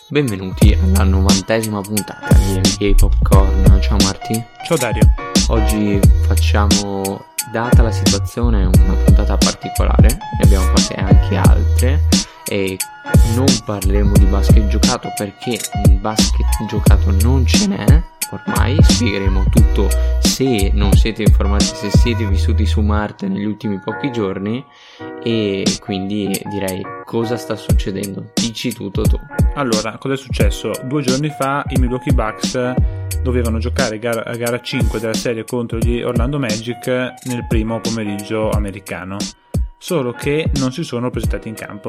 Benvenuti alla 90ª puntata di NBA Popcorn. Ciao Marti. Ciao Dario. Oggi facciamo, data la situazione, una puntata particolare. Ne abbiamo fatte anche altre e non parleremo di basket giocato perché basket giocato non ce n'è ormai. Spiegheremo tutto se non siete informati, se siete vissuti su Marte negli ultimi pochi giorni, e quindi direi cosa sta succedendo. Dici tutto tu. Allora, cosa è successo? 2 giorni fa i Milwaukee Bucks dovevano giocare gara 5 della serie contro gli Orlando Magic nel primo pomeriggio americano, solo che non si sono presentati in campo,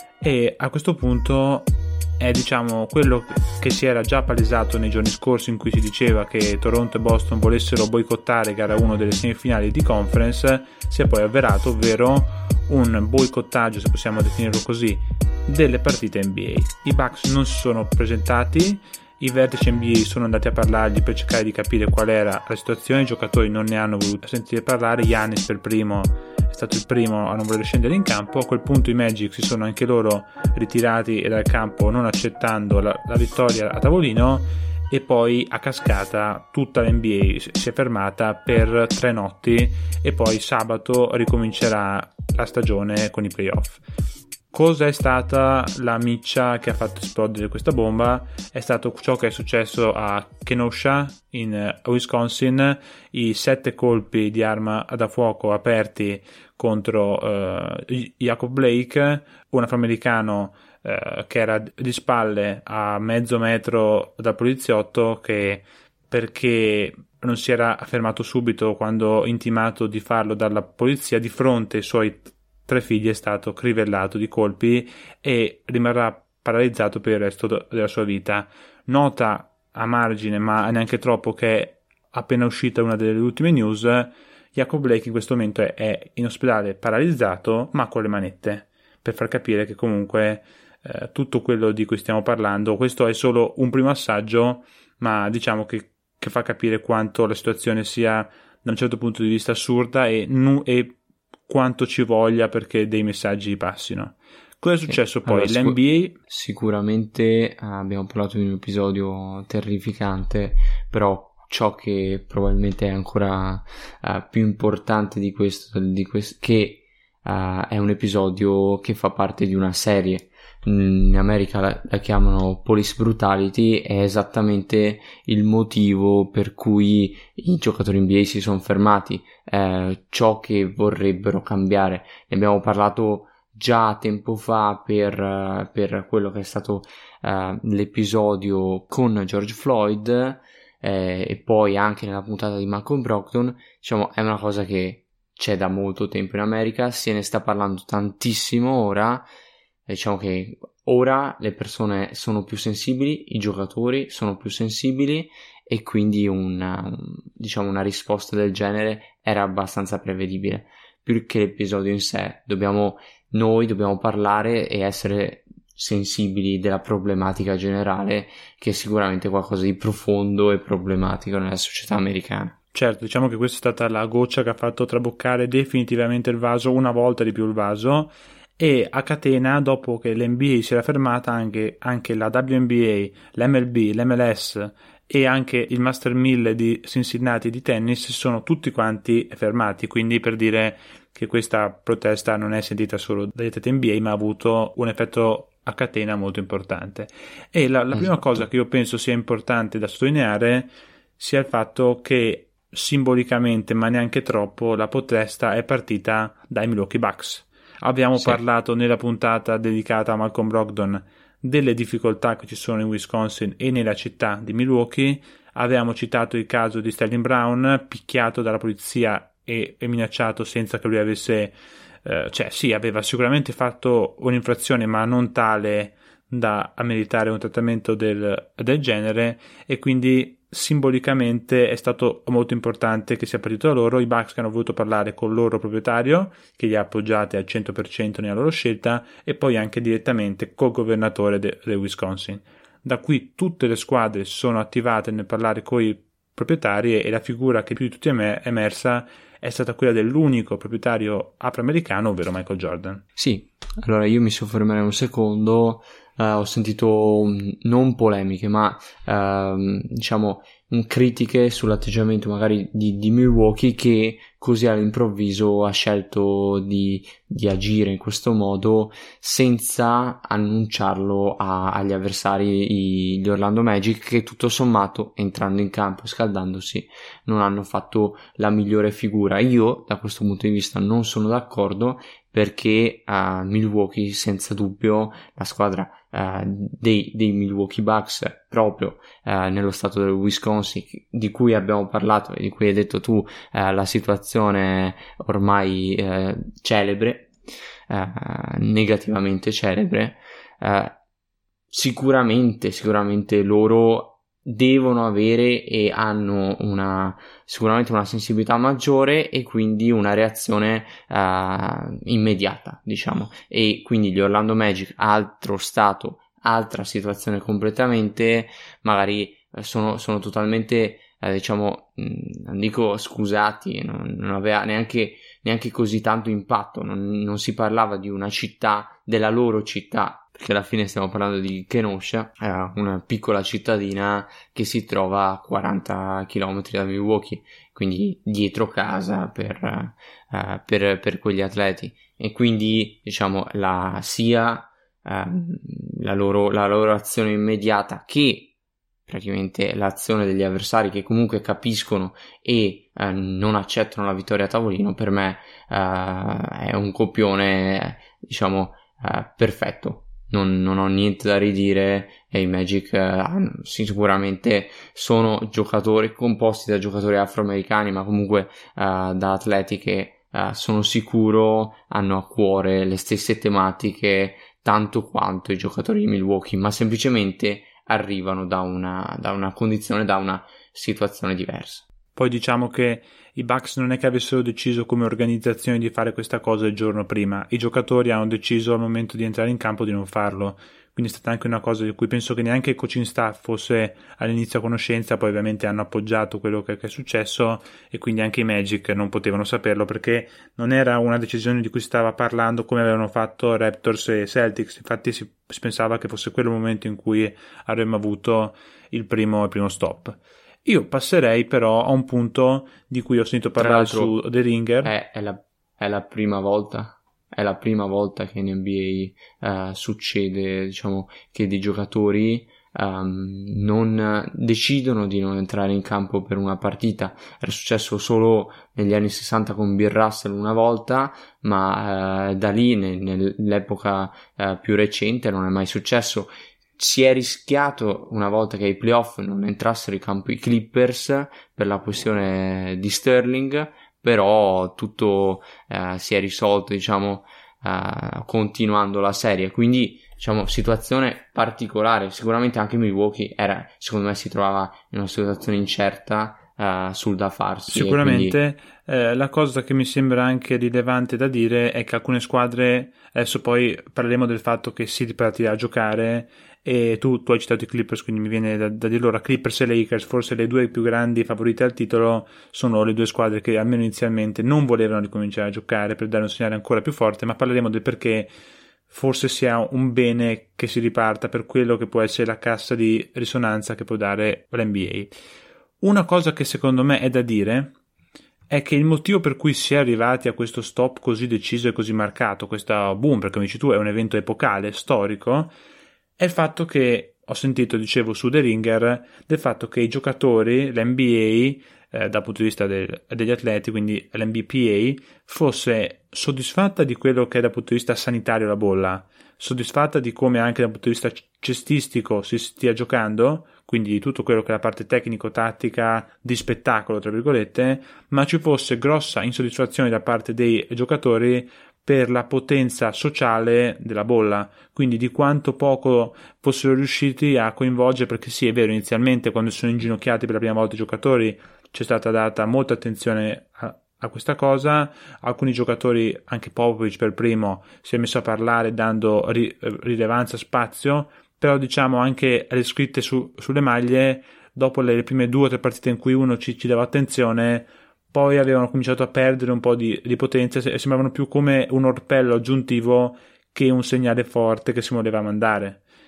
e a questo punto è quello che si era già palesato nei giorni scorsi, in cui si diceva che Toronto e Boston volessero boicottare gara 1 delle semifinali di conference, si è poi avverato, ovvero un boicottaggio, se possiamo definirlo così, delle partite NBA. I Bucks non si sono presentati, i vertici NBA sono andati a parlargli per cercare di capire qual era la situazione, i giocatori non ne hanno voluto sentire parlare. Giannis è stato il primo a non voler scendere in campo. A quel punto i Magic si sono anche loro ritirati dal campo, non accettando la vittoria a tavolino, e poi a cascata tutta l'NBA si è fermata per 3 notti e poi sabato ricomincerà la stagione con i playoff. Cosa è stata la miccia che ha fatto esplodere questa bomba? È stato ciò che è successo a Kenosha in Wisconsin, i 7 colpi di arma da fuoco aperti contro Jacob Blake, un afroamericano che era di spalle a mezzo metro dal poliziotto, che perché non si era fermato subito quando intimato di farlo dalla polizia, di fronte ai suoi 3 figli è stato crivellato di colpi e rimarrà paralizzato per il resto della sua vita. Nota a margine, ma neanche troppo, che è appena uscita una delle ultime news: Jacob Blake in questo momento è in ospedale paralizzato ma con le manette, per far capire che comunque tutto quello di cui stiamo parlando, questo è solo un primo assaggio, ma diciamo che fa capire quanto la situazione sia da un certo punto di vista assurda e quanto ci voglia perché dei messaggi passino. Cosa è successo poi? Allora, l'NBA sicuramente abbiamo parlato di un episodio terrificante, però ciò che probabilmente è ancora più importante di questo che è un episodio che fa parte di una serie. In America la chiamano police brutality, è esattamente il motivo per cui i giocatori NBA si sono fermati, ciò che vorrebbero cambiare. Ne abbiamo parlato già tempo fa per quello che è stato l'episodio con George Floyd, e poi anche nella puntata di Malcolm Brogdon. Diciamo, è una cosa che c'è da molto tempo in America, se ne sta parlando tantissimo ora. Diciamo che ora le persone sono più sensibili, i giocatori sono più sensibili, e quindi una risposta del genere era abbastanza prevedibile. Più che l'episodio in sé, dobbiamo parlare e essere sensibili della problematica generale, che è sicuramente qualcosa di profondo e problematico nella società americana. Certo, diciamo che questa è stata la goccia che ha fatto traboccare definitivamente il vaso, una volta di più il vaso. E a catena, dopo che l'NBA si era fermata, anche la WNBA, l'MLB, l'MLS e anche il Master 1000 di Cincinnati di tennis si sono tutti quanti fermati, quindi per dire che questa protesta non è sentita solo dagli atleti NBA, ma ha avuto un effetto a catena molto importante. E la prima cosa che io penso sia importante da sottolineare sia il fatto che simbolicamente, ma neanche troppo, la protesta è partita dai Milwaukee Bucks. Abbiamo parlato nella puntata dedicata a Malcolm Brogdon delle difficoltà che ci sono in Wisconsin e nella città di Milwaukee. Avevamo citato il caso di Sterling Brown, picchiato dalla polizia e minacciato senza che lui avesse aveva sicuramente fatto un'infrazione, ma non tale da meritare un trattamento del genere, e quindi simbolicamente è stato molto importante che sia partito da loro. I Bucks che hanno voluto parlare con il loro proprietario, che li ha appoggiati al 100% nella loro scelta, e poi anche direttamente col governatore del Wisconsin. Da qui tutte le squadre sono attivate nel parlare con i proprietari, e la figura che più di tutti è emersa è stata quella dell'unico proprietario afroamericano, ovvero Michael Jordan. Sì, allora io mi soffermerei un secondo ho sentito non polemiche, ma diciamo critiche sull'atteggiamento magari di Milwaukee, che così all'improvviso ha scelto di agire in questo modo senza annunciarlo agli avversari, gli Orlando Magic, che tutto sommato, entrando in campo e scaldandosi, non hanno fatto la migliore figura. Io da questo punto di vista non sono d'accordo, perché Milwaukee, senza dubbio, la squadra dei Milwaukee Bucks, proprio nello stato del Wisconsin, di cui abbiamo parlato e di cui hai detto tu, la situazione ormai celebre, negativamente celebre, sicuramente loro devono avere e hanno sicuramente una sensibilità maggiore, e quindi una reazione immediata, diciamo. E quindi gli Orlando Magic, altro stato, altra situazione completamente, magari sono totalmente diciamo, non dico scusati, non aveva neanche così tanto impatto, non si parlava di una città, della loro città, perché alla fine stiamo parlando di Kenosha, una piccola cittadina che si trova a 40 km da Milwaukee, quindi dietro casa per quegli atleti. E quindi diciamo la loro azione immediata, che praticamente l'azione degli avversari, che comunque capiscono e non accettano la vittoria a tavolino, per me è un copione, diciamo, perfetto. Non ho niente da ridire, e i Magic sicuramente sono giocatori composti da giocatori afroamericani, ma comunque da atleti che sono sicuro hanno a cuore le stesse tematiche tanto quanto i giocatori di Milwaukee, ma semplicemente arrivano da una condizione, da una situazione diversa. Poi diciamo che i Bucks non è che avessero deciso come organizzazione di fare questa cosa il giorno prima, i giocatori hanno deciso al momento di entrare in campo di non farlo, quindi è stata anche una cosa di cui penso che neanche il coaching staff fosse all'inizio a conoscenza. Poi ovviamente hanno appoggiato quello che è successo, e quindi anche i Magic non potevano saperlo, perché non era una decisione di cui si stava parlando come avevano fatto Raptors e Celtics. Infatti si pensava che fosse quello il momento in cui avremmo avuto il primo stop. Io passerei però a un punto di cui ho sentito parlare su The Ringer. È la prima volta che in NBA succede, diciamo, che dei giocatori non decidono di non entrare in campo per una partita. Era successo solo negli anni 60 con Bill Russell una volta, ma da lì nell'epoca più recente non è mai successo. Si è rischiato una volta che ai playoff non entrassero in campo i Clippers per la questione di Sterling, però tutto si è risolto, diciamo, continuando la serie. Quindi, diciamo, situazione particolare. Sicuramente anche Milwaukee secondo me si trovava in una situazione incerta sul da farsi. Sicuramente. Quindi la cosa che mi sembra anche rilevante da dire è che alcune squadre, adesso poi parleremo del fatto che si ripartirà a giocare, e tu hai citato i Clippers, quindi mi viene da dirlo, ora Clippers e Lakers, forse le due più grandi favorite al titolo, sono le due squadre che almeno inizialmente non volevano ricominciare a giocare per dare un segnale ancora più forte, ma parleremo del perché forse sia un bene che si riparta per quello che può essere la cassa di risonanza che può dare l'NBA. Una cosa che secondo me è da dire è che il motivo per cui si è arrivati a questo stop così deciso e così marcato, questo boom, perché come dici tu è un evento epocale, storico, è il fatto che ho sentito, dicevo su The Ringer, del fatto che i giocatori, l'NBA, dal punto di vista degli atleti, quindi l'NBPA, fosse soddisfatta di quello che è dal punto di vista sanitario la bolla, soddisfatta di come anche dal punto di vista cestistico si stia giocando, quindi di tutto quello che è la parte tecnico-tattica di spettacolo, tra virgolette, ma ci fosse grossa insoddisfazione da parte dei giocatori per la potenza sociale della bolla, quindi di quanto poco fossero riusciti a coinvolgere, perché sì, è vero, inizialmente quando sono inginocchiati per la prima volta i giocatori c'è stata data molta attenzione a questa cosa, alcuni giocatori, anche Popovic per primo, si è messo a parlare dando rilevanza, spazio, però diciamo anche le scritte sulle maglie, dopo le prime 2 o 3 partite in cui uno ci dava attenzione, poi avevano cominciato a perdere un po' di potenza e sembravano più come un orpello aggiuntivo che un segnale forte che si voleva mandare.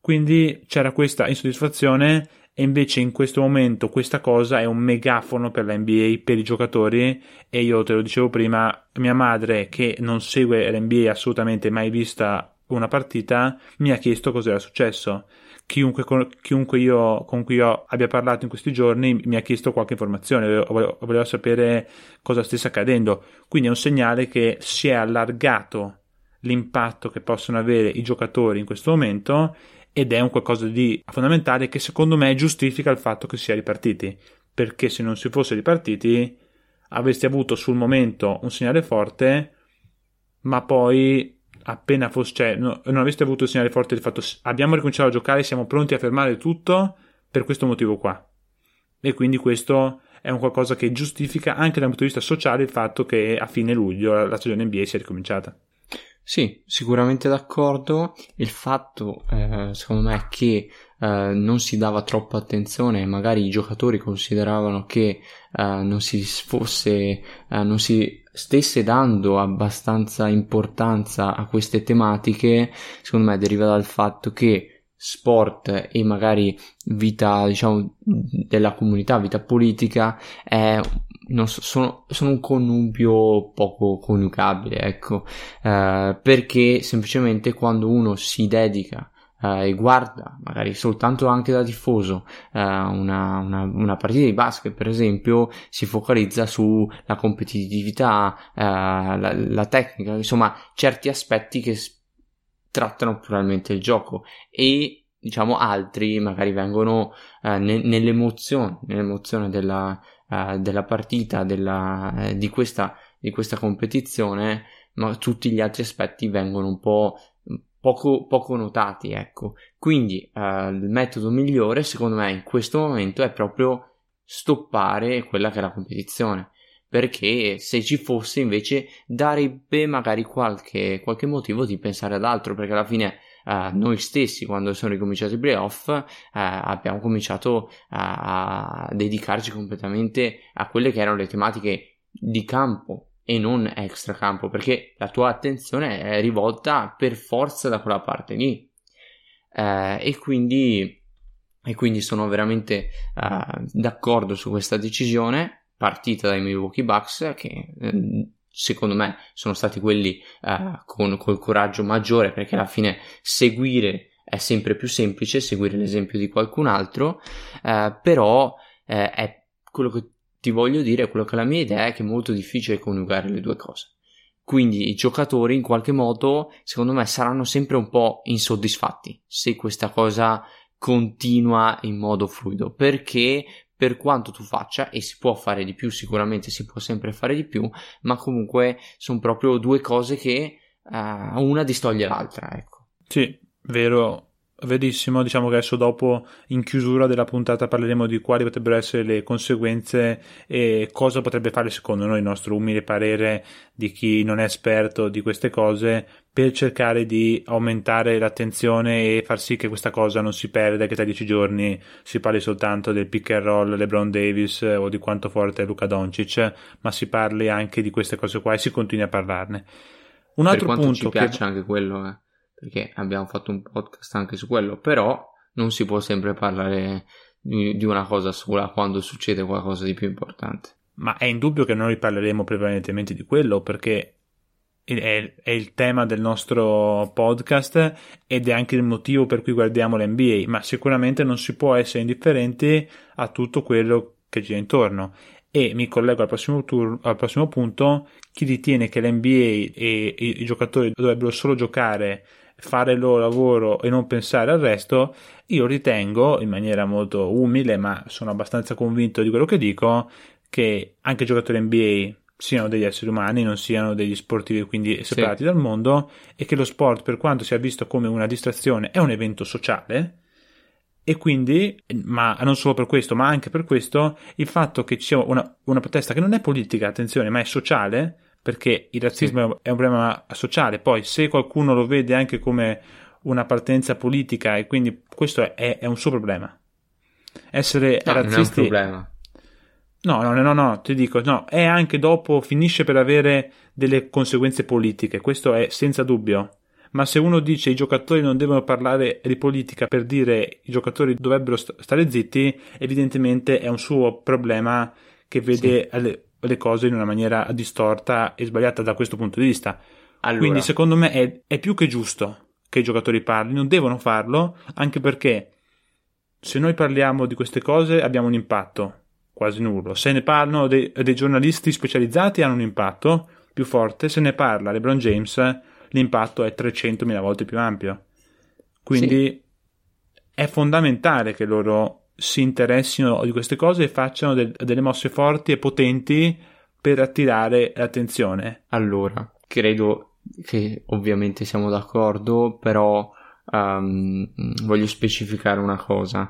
Quindi c'era questa insoddisfazione, e invece in questo momento questa cosa è un megafono per la NBA, per i giocatori. E io te lo dicevo prima, mia madre, che non segue l'NBA assolutamente, mai vista una partita, mi ha chiesto cos'era successo. Chiunque con cui io abbia parlato in questi giorni mi ha chiesto qualche informazione, voleva sapere cosa stesse accadendo. Quindi è un segnale che si è allargato l'impatto che possono avere i giocatori in questo momento, ed è un qualcosa di fondamentale che secondo me giustifica il fatto che si è ripartiti, perché se non si fosse ripartiti avresti avuto sul momento un segnale forte, ma poi appena fosse, cioè, non avreste avuto il segnale forte del fatto abbiamo ricominciato a giocare, siamo pronti a fermare tutto per questo motivo qua. E quindi questo è un qualcosa che giustifica anche dal punto di vista sociale il fatto che a fine luglio la stagione NBA sia ricominciata. Sì, sicuramente d'accordo. Il fatto, secondo me, che non si dava troppa attenzione, magari i giocatori consideravano che non si stesse dando abbastanza importanza a queste tematiche, secondo me deriva dal fatto che sport e magari vita, diciamo, della comunità, vita politica sono un connubio poco coniugabile, ecco, perché semplicemente quando uno si dedica e guarda magari soltanto anche da tifoso una partita di basket, per esempio, si focalizza sulla competitività, la tecnica, insomma certi aspetti che trattano puramente il gioco, e diciamo altri magari vengono nell'emozione della partita, di questa competizione, ma tutti gli altri aspetti vengono un po' poco notati, ecco. Quindi il metodo migliore secondo me in questo momento è proprio stoppare quella che è la competizione, perché se ci fosse invece darebbe magari qualche motivo di pensare ad altro, perché alla fine noi stessi, quando sono ricominciati i playoff, abbiamo cominciato a dedicarci completamente a quelle che erano le tematiche di campo e non extra campo, perché la tua attenzione è rivolta per forza da quella parte lì, e quindi sono veramente d'accordo su questa decisione partita dai Milwaukee Bucks, che secondo me sono stati quelli col coraggio maggiore, perché alla fine seguire è sempre più semplice, seguire l'esempio di qualcun altro, però è quello che ti voglio dire, quello che è la mia idea è che è molto difficile coniugare le due cose. Quindi i giocatori in qualche modo, secondo me, saranno sempre un po' insoddisfatti se questa cosa continua in modo fluido, perché per quanto tu faccia, e si può fare di più, sicuramente si può sempre fare di più, ma comunque sono proprio due cose che una distoglie l'altra, ecco. Sì, vero, verissimo. Diciamo che adesso, dopo, in chiusura della puntata, parleremo di quali potrebbero essere le conseguenze e cosa potrebbe fare secondo noi, il nostro umile parere di chi non è esperto di queste cose, per cercare di aumentare l'attenzione e far sì che questa cosa non si perda, che tra 10 giorni si parli soltanto del pick and roll LeBron Davis o di quanto forte è Luka Doncic, ma si parli anche di queste cose qua e si continui a parlarne. Un altro per quanto punto ci piace anche quello, perché abbiamo fatto un podcast anche su quello, però non si può sempre parlare di una cosa sola quando succede qualcosa di più importante. Ma è indubbio che noi parleremo prevalentemente di quello, perché è il tema del nostro podcast ed è anche il motivo per cui guardiamo l'NBA, ma sicuramente non si può essere indifferenti a tutto quello che gira intorno. E mi collego al prossimo punto: chi ritiene che l'NBA e i giocatori dovrebbero solo giocare, fare il loro lavoro e non pensare al resto, io ritengo, in maniera molto umile, ma sono abbastanza convinto di quello che dico, che anche i giocatori NBA siano degli esseri umani, non siano degli sportivi quindi separati dal mondo, e che lo sport, per quanto sia visto come una distrazione, è un evento sociale. E quindi, ma non solo per questo, ma anche per questo, il fatto che ci sia una protesta che non è politica, attenzione, ma è sociale, perché il razzismo è un problema sociale. Poi, se qualcuno lo vede anche come una partenza politica, e quindi questo è un suo problema. Essere razzisti non è un problema. No, ti dico, no, è anche dopo, finisce per avere delle conseguenze politiche, questo è senza dubbio. ma se uno dice i giocatori non devono parlare di politica per dire i giocatori dovrebbero stare zitti, evidentemente è un suo problema che vede le cose in una maniera distorta e sbagliata da questo punto di vista. Allora, quindi secondo me è più che giusto che i giocatori parlino, devono farlo, anche perché se noi parliamo di queste cose abbiamo un impatto quasi nullo. Se ne parlano dei giornalisti specializzati hanno un impatto più forte, se ne parla LeBron James l'impatto è 300.000 volte più ampio. Quindi è fondamentale che loro si interessino di queste cose e facciano delle mosse forti e potenti per attirare l'attenzione. Allora, credo che ovviamente siamo d'accordo, però voglio specificare una cosa.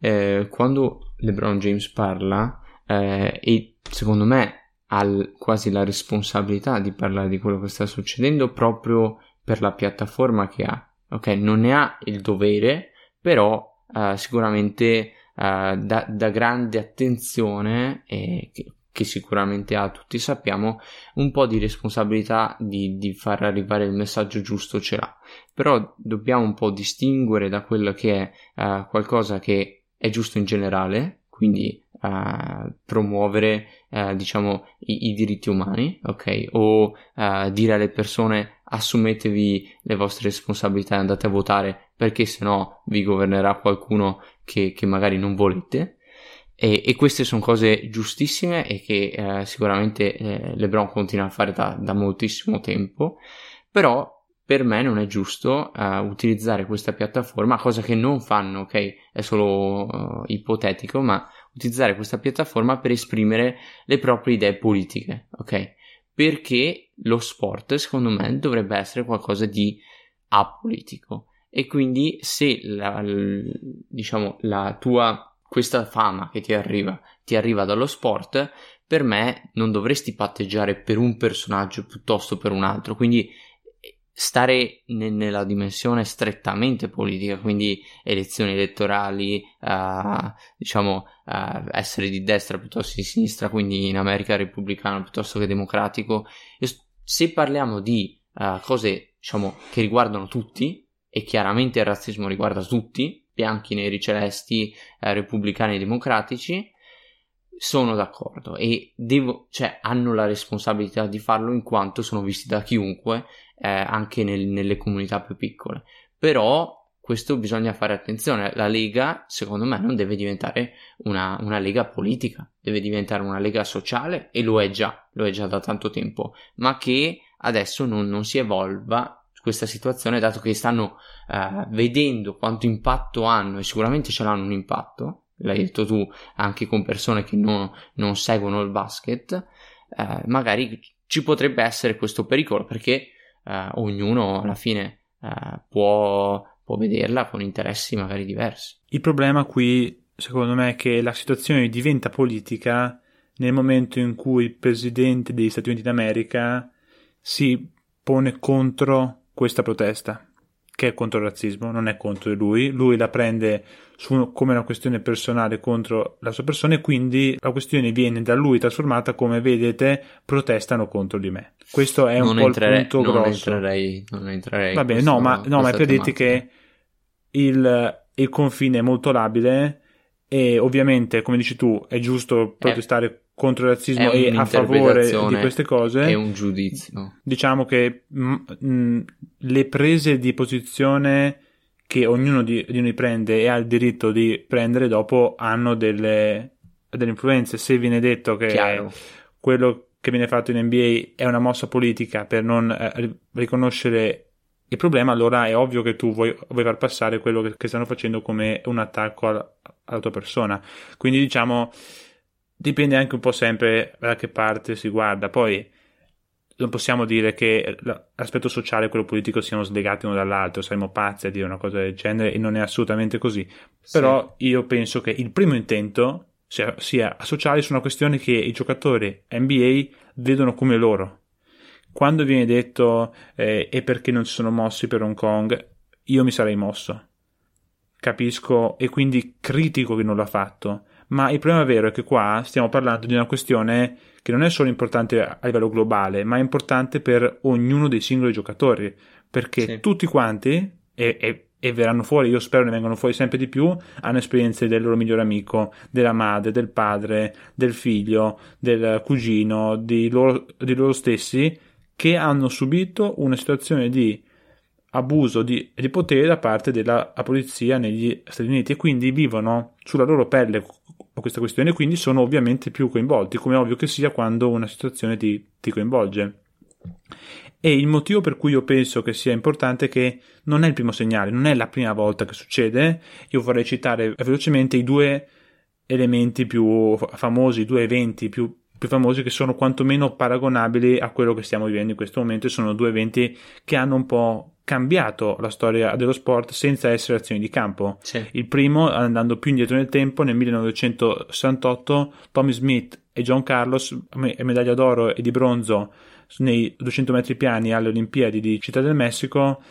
Quando LeBron James parla, e secondo me ha quasi la responsabilità di parlare di quello che sta succedendo proprio per la piattaforma che ha. Ok, non ne ha il dovere, però sicuramente da grande attenzione che sicuramente ha, tutti sappiamo, un po' di responsabilità di far arrivare il messaggio giusto ce l'ha, però dobbiamo un po' distinguere da quello che è qualcosa che è giusto in generale, quindi promuovere diciamo i diritti umani, ok, o dire alle persone assumetevi le vostre responsabilità e andate a votare perché sennò vi governerà qualcuno che magari non volete. E queste sono cose giustissime e che sicuramente LeBron continua a fare da moltissimo tempo, però per me non è giusto utilizzare questa piattaforma, cosa che non fanno, ok? È solo ipotetico, ma utilizzare questa piattaforma per esprimere le proprie idee politiche, ok? Perché lo sport, secondo me, dovrebbe essere qualcosa di apolitico, e quindi se diciamo la tua questa fama che ti arriva dallo sport, per me non dovresti patteggiare per un personaggio piuttosto per un altro, quindi stare nella dimensione strettamente politica, quindi elezioni elettorali, diciamo essere di destra piuttosto di sinistra, quindi in America repubblicano piuttosto che democratico. Se parliamo di cose diciamo che riguardano tutti, e chiaramente il razzismo riguarda tutti, bianchi, neri, celesti, repubblicani e democratici, sono d'accordo e hanno la responsabilità di farlo in quanto sono visti da chiunque, anche nelle comunità più piccole. Però questo bisogna fare attenzione. La Lega, secondo me, non deve diventare una Lega politica, deve diventare una Lega sociale, e lo è già da tanto tempo, ma che adesso non si evolva questa situazione, dato che stanno vedendo quanto impatto hanno, e sicuramente ce l'hanno un impatto, l'hai detto tu, anche con persone che non seguono il basket, magari ci potrebbe essere questo pericolo, perché ognuno alla fine può vederla con interessi magari diversi. Il problema qui, secondo me, è che la situazione diventa politica nel momento in cui il presidente degli Stati Uniti d'America si pone contro questa protesta, che è contro il razzismo, non è contro di lui la prende come una questione personale contro la sua persona, e quindi la questione viene da lui trasformata come vedete protestano contro di me. Questo è un po' il punto grosso. Non entrerei. Va bene, ma per dirti che il confine è molto labile, e ovviamente, come dici tu, è giusto protestare contro il razzismo e a favore di queste cose. È un giudizio. Diciamo che le prese di posizione che ognuno di noi prende e ha il diritto di prendere dopo hanno delle influenze. Se viene detto che quello che viene fatto in NBA è una mossa politica per non riconoscere il problema, allora è ovvio che tu vuoi far passare quello che stanno facendo come un attacco alla tua persona. Quindi diciamo dipende anche un po' sempre da che parte si guarda. Poi non possiamo dire che l'aspetto sociale e quello politico siano slegati uno dall'altro, saremmo pazzi a dire una cosa del genere, e non è assolutamente così. Sì. Però io penso che il primo intento sia sociale su una questione che i giocatori NBA vedono come loro. Quando viene detto e perché non si sono mossi per Hong Kong, io mi sarei mosso, capisco, e quindi critico che non l'ha fatto, Ma il problema vero è che qua stiamo parlando di una questione che non è solo importante a livello globale, ma è importante per ognuno dei singoli giocatori, perché tutti quanti, e verranno fuori, io spero ne vengano fuori sempre di più, hanno esperienze del loro migliore amico, della madre, del padre, del figlio, del cugino, di loro stessi, che hanno subito una situazione di abuso di potere da parte della polizia negli Stati Uniti, e quindi vivono sulla loro pelle questa questione, quindi sono ovviamente più coinvolti, come è ovvio che sia quando una situazione ti coinvolge. E il motivo per cui io penso che sia importante è che non è il primo segnale, non è la prima volta che succede. Io vorrei citare velocemente i due elementi più famosi, i due eventi più famosi, che sono quantomeno paragonabili a quello che stiamo vivendo in questo momento, e sono due eventi che hanno un po' cambiato la storia dello sport senza essere azioni di campo. Il primo, andando più indietro nel tempo, nel 1968 Tommy Smith e John Carlos, medaglia d'oro e di bronzo nei 200 metri piani alle Olimpiadi di Città del Messico,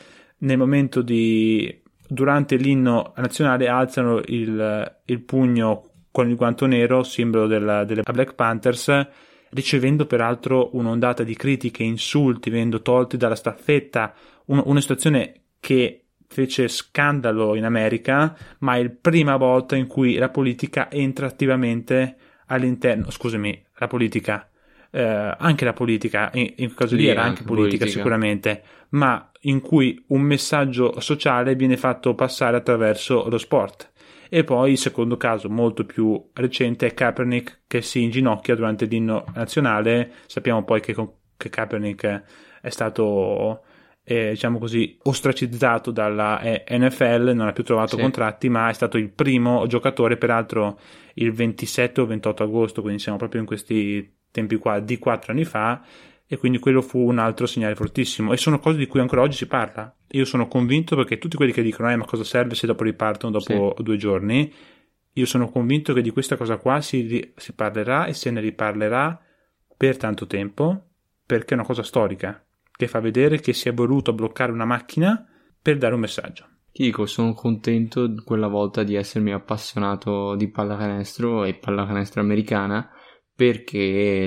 durante l'inno nazionale alzano il pugno con il guanto nero, simbolo delle Black Panthers, ricevendo peraltro un'ondata di critiche e insulti, venendo tolti dalla staffetta, una situazione che fece scandalo in America, ma è la prima volta in cui la politica entra attivamente all'interno, la politica, anche la politica, in quel caso lì era anche politica sicuramente, ma in cui un messaggio sociale viene fatto passare attraverso lo sport. E poi il secondo caso, molto più recente, è Kaepernick, che si inginocchia durante l'inno nazionale. Sappiamo poi che Kaepernick è stato diciamo così ostracizzato dalla NFL, non ha più trovato contratti, ma è stato il primo giocatore, peraltro il 27 o 28 agosto, quindi siamo proprio in questi tempi qua, di 4 anni fa, e quindi quello fu un altro segnale fortissimo, e sono cose di cui ancora oggi si parla. Io sono convinto, perché tutti quelli che dicono ma cosa serve se dopo ripartono dopo 2 giorni, io sono convinto che di questa cosa qua si parlerà, e se ne riparlerà per tanto tempo, perché è una cosa storica che fa vedere che si è voluto bloccare una macchina per dare un messaggio. Ti dico, sono contento quella volta di essermi appassionato di pallacanestro e pallacanestro americana, perché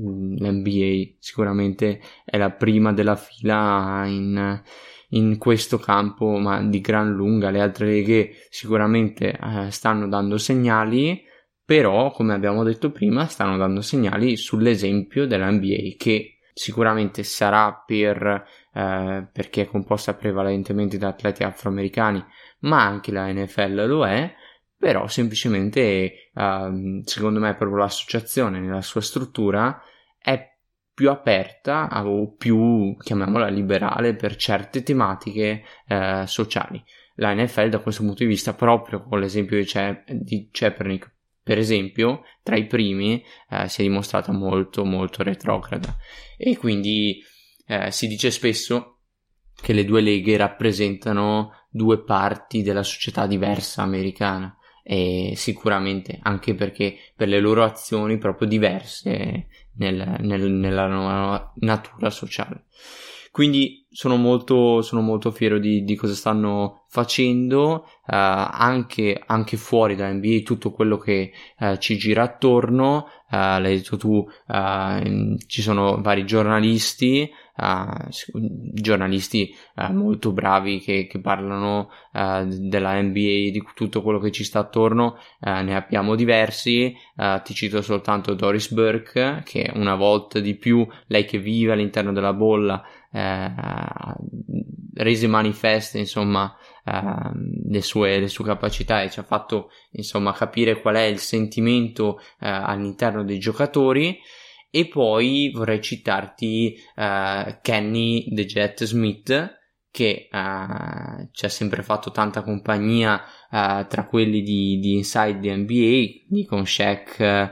l'NBA sicuramente è la prima della fila in questo campo, ma di gran lunga. Le altre leghe sicuramente stanno dando segnali, però come abbiamo detto prima stanno dando segnali sull'esempio dell'NBA, che sicuramente sarà perché è composta prevalentemente da atleti afroamericani, ma anche la NFL lo è. Però semplicemente secondo me proprio l'associazione nella sua struttura è più aperta o più, chiamiamola, liberale per certe tematiche sociali. La NFL da questo punto di vista, proprio con l'esempio di Kaepernick per esempio, tra i primi si è dimostrata molto molto retrograda, e quindi si dice spesso che le due leghe rappresentano due parti della società diversa americana, e sicuramente anche perché per le loro azioni proprio diverse nella nuova natura sociale. Quindi sono molto fiero di cosa stanno facendo, anche fuori da NBA, tutto quello che ci gira attorno. L'hai detto tu, ci sono vari giornalisti molto bravi che parlano della NBA, di tutto quello che ci sta attorno. Ne abbiamo diversi, ti cito soltanto Doris Burke, che una volta di più, lei che vive all'interno della bolla, rese manifeste insomma le sue capacità, e ci ha fatto insomma capire qual è il sentimento all'interno dei giocatori. E poi vorrei citarti Kenny The Jet Smith, che ci ha sempre fatto tanta compagnia tra quelli di Inside the NBA, con Shaq,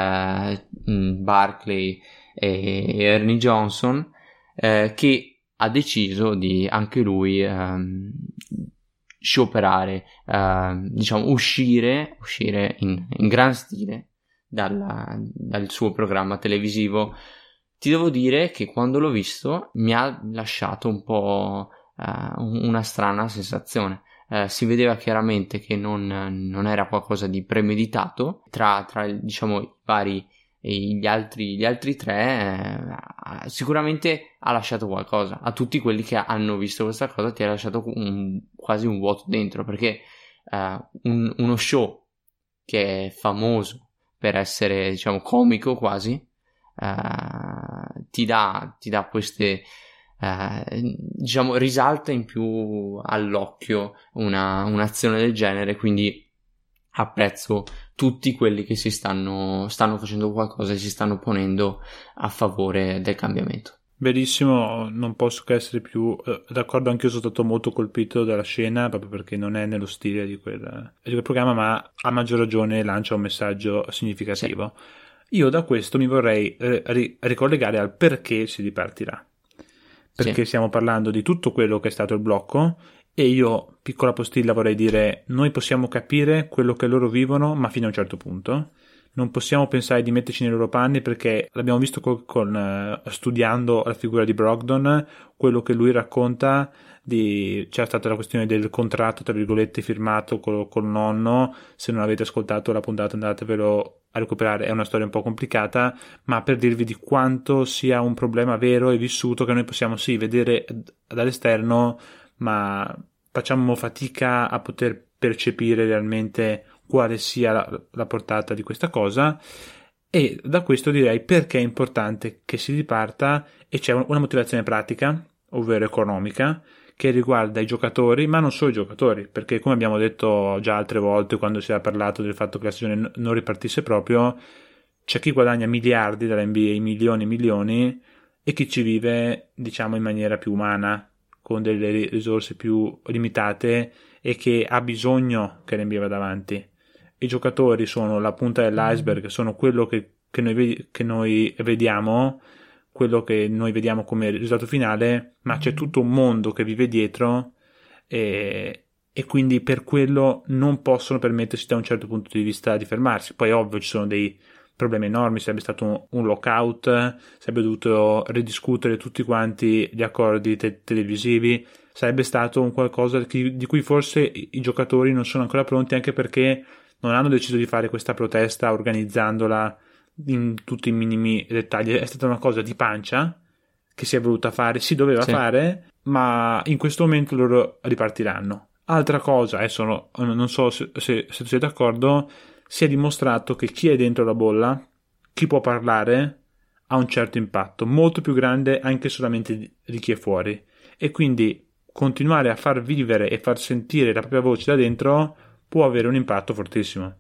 Barkley e Ernie Johnson, che ha deciso di anche lui scioperare, diciamo uscire in gran stile dal suo programma televisivo. Ti devo dire che quando l'ho visto mi ha lasciato un po' una strana sensazione. si vedeva chiaramente che non era qualcosa di premeditato. Tra diciamo i vari e gli altri tre, sicuramente ha lasciato qualcosa a tutti quelli che hanno visto questa cosa. Ti ha lasciato quasi un vuoto dentro, perché uno show che è famoso per essere, diciamo, comico quasi, ti dà queste, diciamo, risalta in più all'occhio un'azione del genere. Quindi apprezzo tutti quelli che stanno facendo qualcosa e si stanno ponendo a favore del cambiamento. Benissimo, non posso che essere più d'accordo. Anche io sono stato molto colpito dalla scena, proprio perché non è nello stile di quel programma, ma a maggior ragione lancia un messaggio significativo. Sì. Io da questo mi vorrei ricollegare al perché si dipartirà, perché stiamo parlando di tutto quello che è stato il blocco, e io, piccola postilla, vorrei dire: noi possiamo capire quello che loro vivono, ma fino a un certo punto. Non possiamo pensare di metterci nei loro panni, perché l'abbiamo visto studiando la figura di Brogdon, quello che lui racconta. C'è stata la questione del contratto, tra virgolette, firmato col nonno. Se non avete ascoltato la puntata, andatevelo a recuperare, è una storia un po' complicata, ma per dirvi di quanto sia un problema vero e vissuto, che noi possiamo sì vedere dall'esterno, ma facciamo fatica a poter percepire realmente quale sia la portata di questa cosa. E da questo direi perché è importante che si riparta, e c'è una motivazione pratica, ovvero economica, che riguarda i giocatori, ma non solo i giocatori, perché come abbiamo detto già altre volte quando si era parlato del fatto che la stagione non ripartisse proprio, c'è chi guadagna miliardi dall'NBA, milioni e milioni, e chi ci vive, diciamo, in maniera più umana, con delle risorse più limitate, e che ha bisogno che l'NBA vada avanti. I giocatori sono la punta dell'iceberg, sono quello che noi vediamo, quello che noi vediamo come risultato finale, ma c'è tutto un mondo che vive dietro, e quindi per quello non possono permettersi da un certo punto di vista di fermarsi. Poi ovvio ci sono dei problemi enormi, sarebbe stato un lockout, sarebbe dovuto ridiscutere tutti quanti gli accordi televisivi, sarebbe stato un qualcosa di cui forse i giocatori non sono ancora pronti, anche perché non hanno deciso di fare questa protesta organizzandola in tutti i minimi dettagli. È stata una cosa di pancia che si è voluta fare, si doveva fare, ma in questo momento loro ripartiranno. Altra cosa, adesso non so se tu sei d'accordo, si è dimostrato che chi è dentro la bolla, chi può parlare, ha un certo impatto, molto più grande anche solamente di chi è fuori, e quindi continuare a far vivere e far sentire la propria voce da dentro può avere un impatto fortissimo.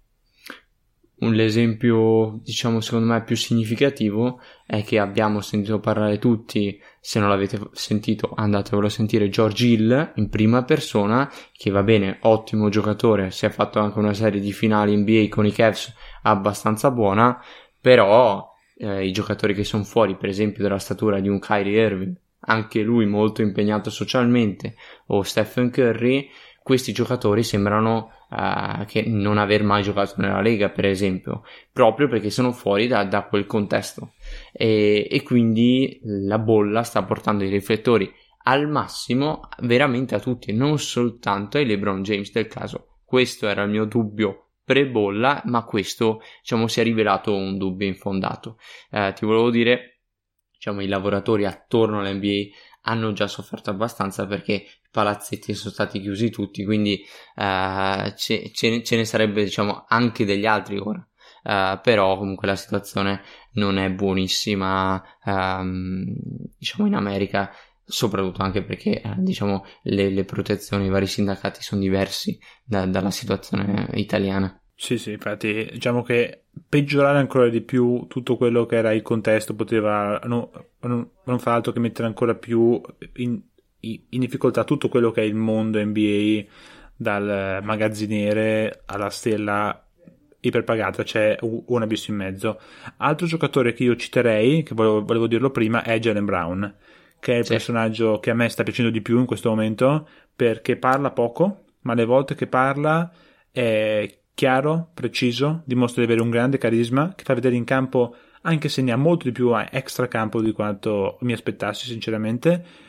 L'esempio, diciamo, secondo me più significativo è che abbiamo sentito parlare tutti, se non l'avete sentito andatevelo a sentire, George Hill in prima persona, che va bene, ottimo giocatore, si è fatto anche una serie di finali NBA con i Cavs abbastanza buona, però i giocatori che sono fuori, per esempio della statura di un Kyrie Irving, anche lui molto impegnato socialmente, o Stephen Curry, questi giocatori sembrano che non aver mai giocato nella Lega, per esempio, proprio perché sono fuori da quel contesto, e quindi la bolla sta portando i riflettori al massimo veramente a tutti, non soltanto ai LeBron James del caso. Questo era il mio dubbio pre-bolla, ma questo, diciamo, si è rivelato un dubbio infondato. Ti volevo dire, diciamo, i lavoratori attorno all'NBA hanno già sofferto abbastanza, perché i palazzetti sono stati chiusi tutti, quindi ce ne sarebbe, diciamo, anche degli altri ora, però comunque la situazione non è buonissima, diciamo, in America, soprattutto anche perché diciamo le protezioni, i vari sindacati sono diversi dalla situazione italiana. Sì, infatti diciamo che peggiorare ancora di più tutto quello che era il contesto poteva non far altro che mettere ancora più in difficoltà tutto quello che è il mondo NBA, dal magazziniere alla stella iperpagata. C'è un abisso in mezzo. Altro giocatore che io citerei, che volevo dirlo prima, è Jaylen Brown, che è il personaggio che a me sta piacendo di più in questo momento, perché parla poco, ma le volte che parla è chiaro, preciso, dimostra di avere un grande carisma, che fa vedere in campo, anche se ne ha molto di più a extra campo di quanto mi aspettassi sinceramente,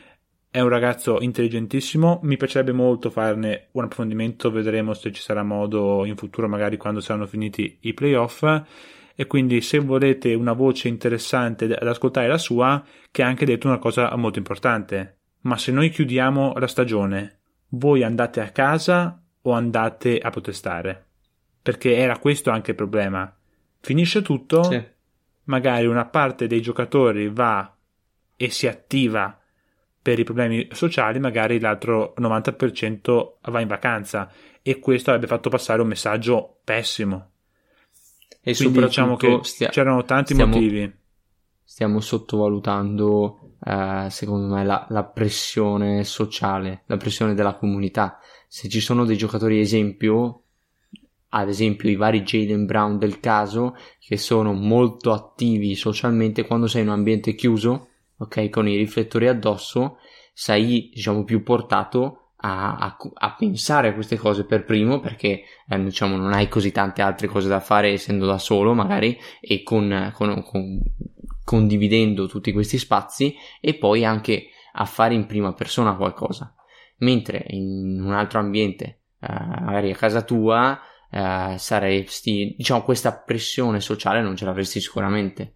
è un ragazzo intelligentissimo, mi piacerebbe molto farne un approfondimento, vedremo se ci sarà modo in futuro, magari quando saranno finiti i playoff, e quindi se volete una voce interessante ad ascoltare la sua, che ha anche detto una cosa molto importante: ma se noi chiudiamo la stagione, voi andate a casa o andate a protestare? Perché era questo anche il problema. Finisce tutto, Sì. magari una parte dei giocatori va e si attiva per i problemi sociali, magari l'altro 90% va in vacanza, e questo avrebbe fatto passare un messaggio pessimo. E Quindi diciamo che c'erano tanti motivi. Stiamo sottovalutando, secondo me, la pressione sociale, la pressione della comunità. Se ci sono dei giocatori esempio, ad esempio i vari Jaylen Brown del caso, che sono molto attivi socialmente, quando sei in un ambiente chiuso, ok, con i riflettori addosso, sei, diciamo, più portato a pensare a queste cose per primo, perché diciamo non hai così tante altre cose da fare essendo da solo magari, e condividendo tutti questi spazi, e poi anche a fare in prima persona qualcosa, mentre in un altro ambiente, magari a casa tua, saresti, diciamo, questa pressione sociale non ce l'avresti sicuramente,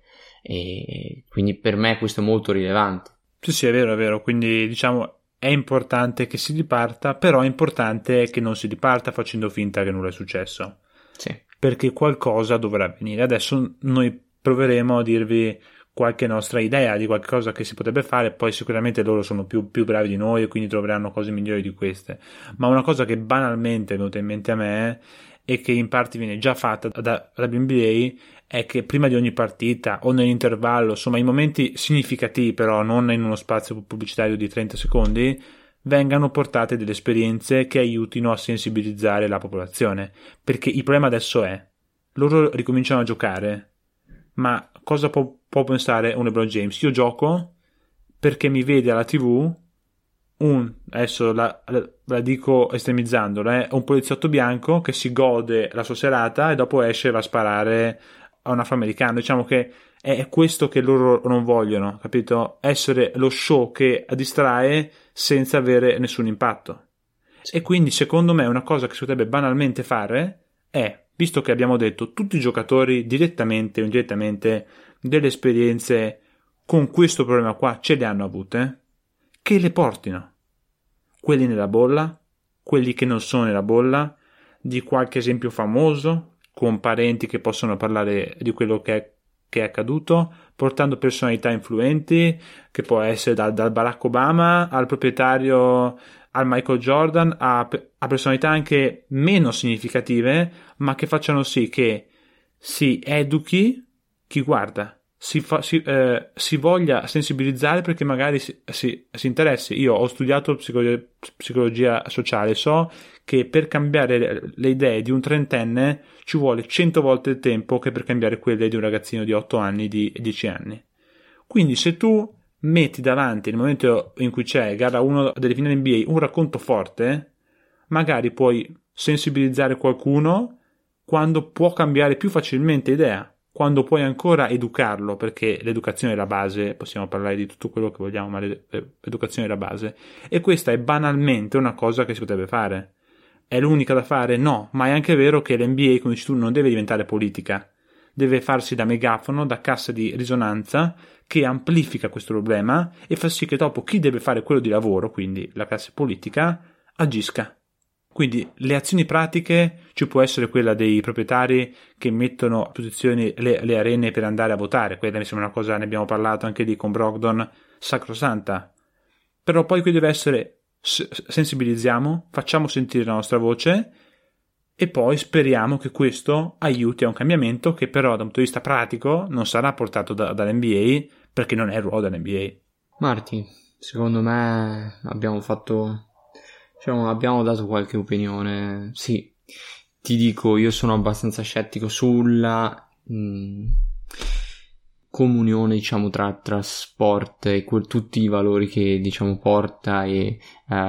e quindi per me questo è molto rilevante. Sì, è vero, quindi diciamo è importante che si riparta, però è importante che non si riparta facendo finta che nulla è successo. Sì. Perché qualcosa dovrà avvenire. Adesso noi proveremo a dirvi qualche nostra idea di qualcosa che si potrebbe fare, poi sicuramente loro sono più bravi di noi e quindi troveranno cose migliori di queste. Ma una cosa che banalmente è venuta in mente a me, e che in parte viene già fatta dalla NBA, è che prima di ogni partita o nell'intervallo, insomma in momenti significativi, però non in uno spazio pubblicitario di 30 secondi, vengano portate delle esperienze che aiutino a sensibilizzare la popolazione. Perché il problema adesso è: loro ricominciano a giocare, ma cosa può pensare un LeBron James? Io gioco perché mi vede alla TV adesso la dico estremizzandola, un poliziotto bianco che si gode la sua serata e dopo esce e va a sparare a un afroamericano. Diciamo che è questo che loro non vogliono, capito? Essere lo show che distrae senza avere nessun impatto. Sì. E quindi secondo me una cosa che si potrebbe banalmente fare è, visto che abbiamo detto tutti i giocatori direttamente o indirettamente delle esperienze con questo problema qua ce le hanno avute, che le portino. Quelli nella bolla, quelli che non sono nella bolla, di qualche esempio famoso, con parenti che possono parlare di quello che è accaduto, portando personalità influenti, che può essere dal Barack Obama al proprietario, al Michael Jordan, a personalità anche meno significative, ma che facciano sì che si educhi chi guarda, si voglia sensibilizzare, perché magari si interessi. Io ho studiato psicologia sociale, so che per cambiare le idee di un trentenne ci vuole 100 volte il tempo che per cambiare quelle di un ragazzino di 8 anni, di 10 anni. Quindi se tu metti davanti, nel momento in cui c'è gara 1 delle finali NBA, un racconto forte, magari puoi sensibilizzare qualcuno quando può cambiare più facilmente idea, quando puoi ancora educarlo, perché l'educazione è la base, possiamo parlare di tutto quello che vogliamo, ma l'educazione è la base, e questa è banalmente una cosa che si potrebbe fare. È l'unica da fare? No, ma è anche vero che l'NBA, come dici tu, non deve diventare politica, deve farsi da megafono, da cassa di risonanza che amplifica questo problema e fa sì che dopo chi deve fare quello di lavoro, quindi la classe politica, agisca. Quindi le azioni pratiche ci può essere quella dei proprietari che mettono a posizione le arene per andare a votare, quella mi sembra una cosa, ne abbiamo parlato anche lì con Brogdon, sacrosanta. Però poi qui deve essere sensibilizziamo, facciamo sentire la nostra voce e poi speriamo che questo aiuti a un cambiamento che però da un punto di vista pratico non sarà portato dall'NBA, perché non è il ruolo dell'NBA. Marti, secondo me abbiamo dato qualche opinione. Sì, ti dico, io sono abbastanza scettico sulla comunione, diciamo, tra sport e tutti i valori che, diciamo, porta e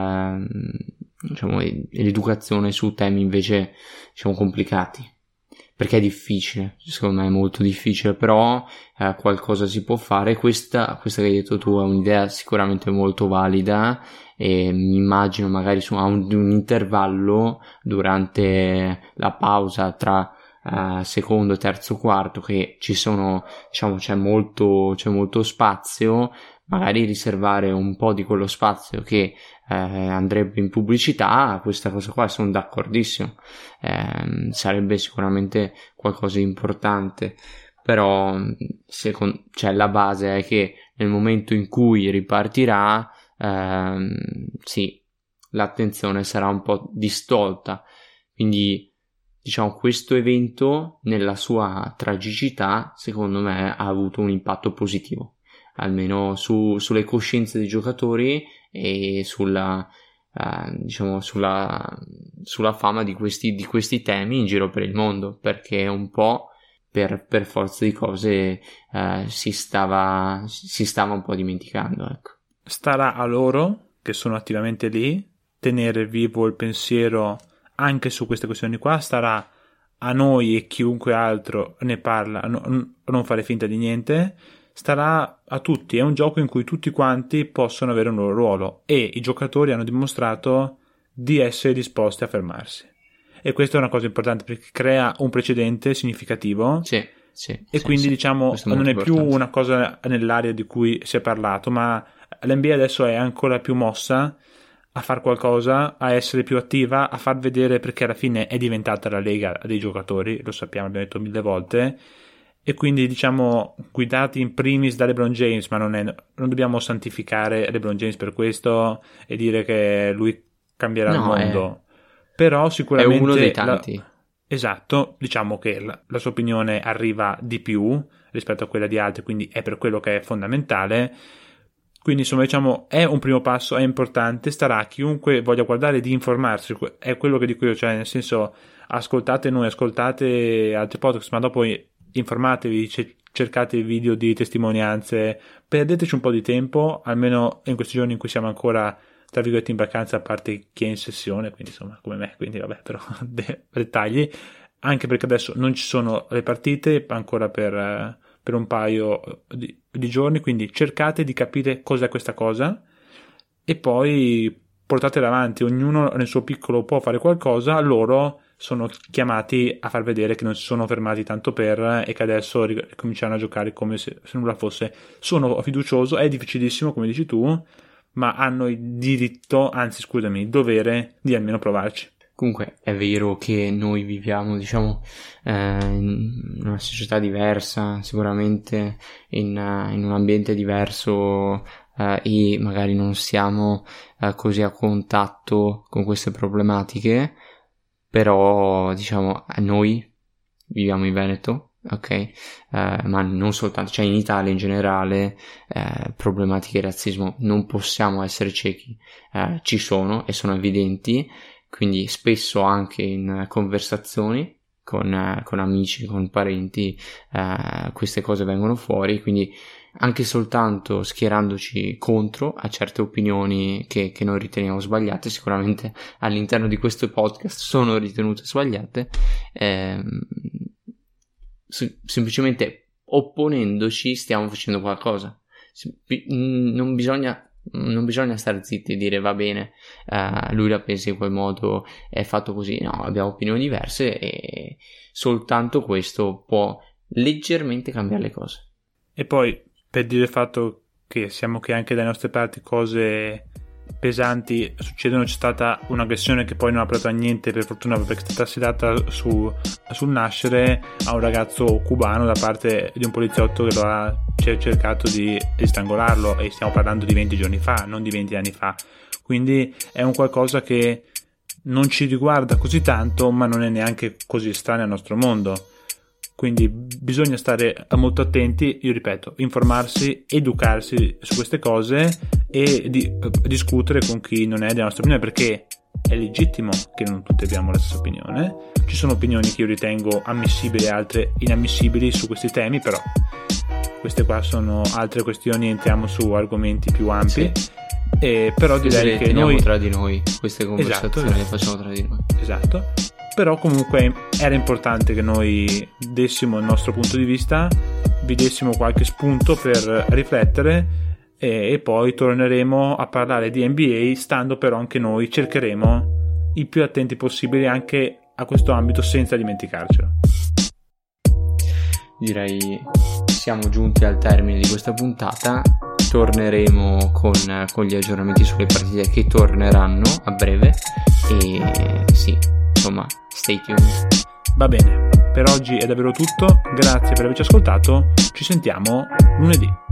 diciamo, e l'educazione su temi invece, diciamo, complicati. perché è difficile, secondo me è molto difficile, però qualcosa si può fare. Questa che hai detto tu è un'idea sicuramente molto valida, e mi immagino magari a un intervallo durante la pausa tra secondo, terzo, quarto, che ci sono, diciamo, c'è molto spazio, magari riservare un po' di quello spazio che andrebbe in pubblicità. Questa cosa qua sono d'accordissimo, sarebbe sicuramente qualcosa di importante, però cioè, la base è che nel momento in cui ripartirà, sì, l'attenzione sarà un po' distolta, quindi diciamo questo evento nella sua tragicità secondo me ha avuto un impatto positivo, almeno sulle coscienze dei giocatori e sulla fama di questi temi in giro per il mondo, perché un po' per forza di cose si stava un po' dimenticando, ecco. Starà a loro, che sono attivamente lì, tenere vivo il pensiero anche su queste questioni qua. Starà a noi e chiunque altro ne parla non fare finta di niente. Starà a tutti, è un gioco in cui tutti quanti possono avere un loro ruolo, e i giocatori hanno dimostrato di essere disposti a fermarsi, e questa è una cosa importante perché crea un precedente significativo. Sì, quindi diciamo non è più una cosa nell'aria di cui si è parlato, ma l'NBA adesso è ancora più mossa a far qualcosa, a essere più attiva, a far vedere, perché alla fine è diventata la lega dei giocatori, lo sappiamo, abbiamo detto 1000 volte, e quindi diciamo guidati in primis da LeBron James, ma non dobbiamo santificare LeBron James per questo e dire che lui cambierà il mondo, però sicuramente è uno dei tanti. Esatto, diciamo che la sua opinione arriva di più rispetto a quella di altri, quindi è per quello che è fondamentale. Quindi insomma diciamo è un primo passo, è importante, starà a chiunque voglia guardare di informarsi, è quello che dico io, cioè nel senso ascoltate noi, ascoltate altri podcast, ma dopo informatevi, cercate video di testimonianze, perdeteci un po' di tempo, almeno in questi giorni in cui siamo ancora tra virgolette in vacanza, a parte chi è in sessione, quindi insomma come me, quindi vabbè, però dettagli, anche perché adesso non ci sono le partite ancora per un paio di giorni, quindi cercate di capire cos'è questa cosa e poi portatela avanti, ognuno nel suo piccolo può fare qualcosa, loro sono chiamati a far vedere che non si sono fermati tanto per, e che adesso cominciano a giocare come se nulla fosse. Sono fiducioso, è difficilissimo come dici tu, ma hanno il diritto, anzi scusami, il dovere di almeno provarci. Comunque è vero che noi viviamo, diciamo, in una società diversa, sicuramente in un ambiente diverso, e magari non siamo così a contatto con queste problematiche, però diciamo noi viviamo in Veneto, ok, ma non soltanto, cioè in Italia in generale problematiche di razzismo non possiamo essere ciechi, ci sono e sono evidenti, quindi spesso anche in conversazioni con amici, con parenti, queste cose vengono fuori, quindi anche soltanto schierandoci contro a certe opinioni che noi riteniamo sbagliate, sicuramente all'interno di questo podcast sono ritenute sbagliate, semplicemente opponendoci stiamo facendo qualcosa. Non bisogna stare zitti e dire va bene, lui la pensa in quel modo, è fatto così. No, abbiamo opinioni diverse e soltanto questo può leggermente cambiare le cose. E poi per dire il fatto che siamo che anche dalle nostre parti cose pesanti succedono, c'è stata un'aggressione che poi non ha portato a niente, per fortuna, perché è stata assediata sul nascere a un ragazzo cubano da parte di un poliziotto che lo ha cercato di strangolarlo, e stiamo parlando di 20 giorni fa, non di 20 anni fa, quindi è un qualcosa che non ci riguarda così tanto, ma non è neanche così estraneo al nostro mondo. Quindi bisogna stare molto attenti, io ripeto, informarsi, educarsi su queste cose e discutere con chi non è della nostra opinione, perché è legittimo che non tutti abbiamo la stessa opinione. Ci sono opinioni che io ritengo ammissibili e altre inammissibili su questi temi, però queste qua sono altre questioni, entriamo su argomenti più ampi. Sì. Però direi che noi tra di noi queste conversazioni le facciamo tra di noi. Esatto. però comunque era importante che noi dessimo il nostro punto di vista, vi dessimo qualche spunto per riflettere e poi torneremo a parlare di NBA, stando però anche noi, cercheremo i più attenti possibili anche a questo ambito senza dimenticarcelo. Direi siamo giunti al termine di questa puntata, torneremo con gli aggiornamenti sulle partite che torneranno a breve e sì, insomma, stay tuned. Va bene, per oggi è davvero tutto, grazie per averci ascoltato, ci sentiamo lunedì.